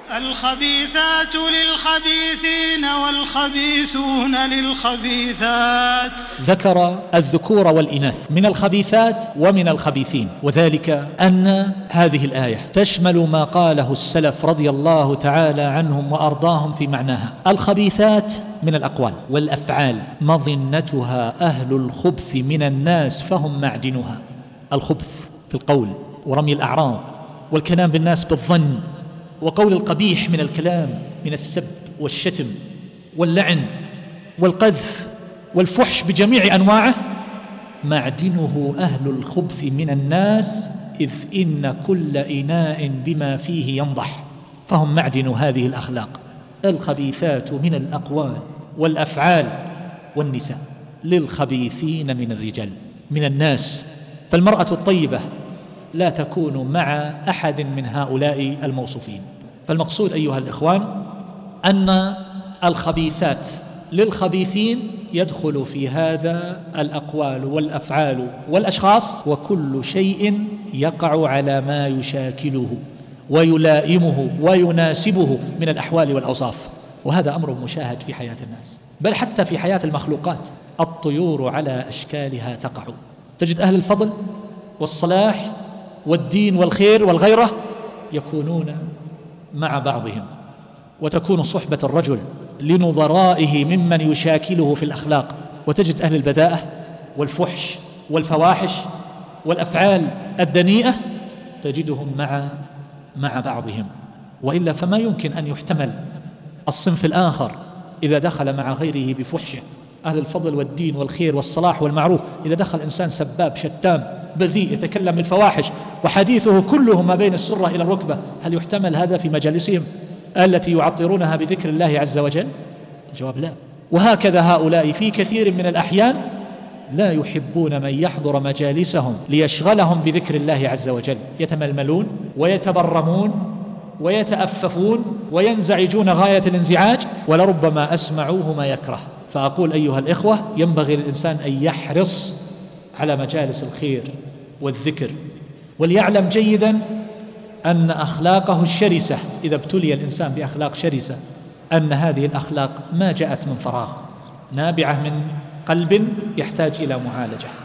الخبيثات للخبيثين والخبيثون للخبيثات. ذكر الذكور والإناث من الخبيثات ومن الخبيثين، وذلك أن هذه الآية تشمل ما قاله السلف رضي الله تعالى عنهم وأرضاهم في معناها. الخبيثات من الأقوال والأفعال مظنتها أهل الخبث من الناس فهم معدنها. الخبث في القول ورمي الأعراض والكلام بالناس بالظن وقول القبيح من الكلام من السب والشتم واللعن والقذف والفحش بجميع أنواعه، معدنه أهل الخبث من الناس، إذ إن كل إناء بما فيه ينضح، فهم معدن هذه الأخلاق. الخبيثات من الأقوال والأفعال والنساء للخبيثين من الرجال من الناس. فالمرأة الطيبة لا تكون مع أحد من هؤلاء الموصوفين. فالمقصود أيها الإخوان أن الخبيثات للخبيثين يدخل في هذا الأقوال والأفعال والأشخاص وكل شيء يقع على ما يشاكله ويلائمه ويناسبه من الأحوال والأوصاف. وهذا أمر مشاهد في حياة الناس، بل حتى في حياة المخلوقات. الطيور على أشكالها تقع. تجد أهل الفضل والصلاح والدين والخير والغيرة يكونون مع بعضهم، وتكون صحبة الرجل لنظرائه ممن يشاكله في الأخلاق. وتجد أهل البذاءة والفحش والفواحش والأفعال الدنيئة تجدهم مع بعضهم. وإلا فما يمكن أن يحتمل الصنف الآخر إذا دخل مع غيره بفحشه. أهل الفضل والدين والخير والصلاح والمعروف، إذا دخل إنسان سباب شتام بذيء يتكلم بالفواحش وحديثه كله ما بين السرة إلى الركبة، هل يحتمل هذا في مجالسهم التي يعطرونها بذكر الله عز وجل؟ الجواب لا. وهكذا هؤلاء في كثير من الأحيان لا يحبون من يحضر مجالسهم ليشغلهم بذكر الله عز وجل، يتململون ويتبرمون ويتأففون وينزعجون غاية الانزعاج، ولربما أسمعوه ما يكره. فأقول أيها الإخوة ينبغي للإنسان أن يحرص على مجالس الخير والذكر، وليعلم جيدا أن أخلاقه الشرسة، إذا ابتلي الإنسان بأخلاق شرسة، أن هذه الأخلاق ما جاءت من فراغ، نابعة من قلب يحتاج إلى معالجة.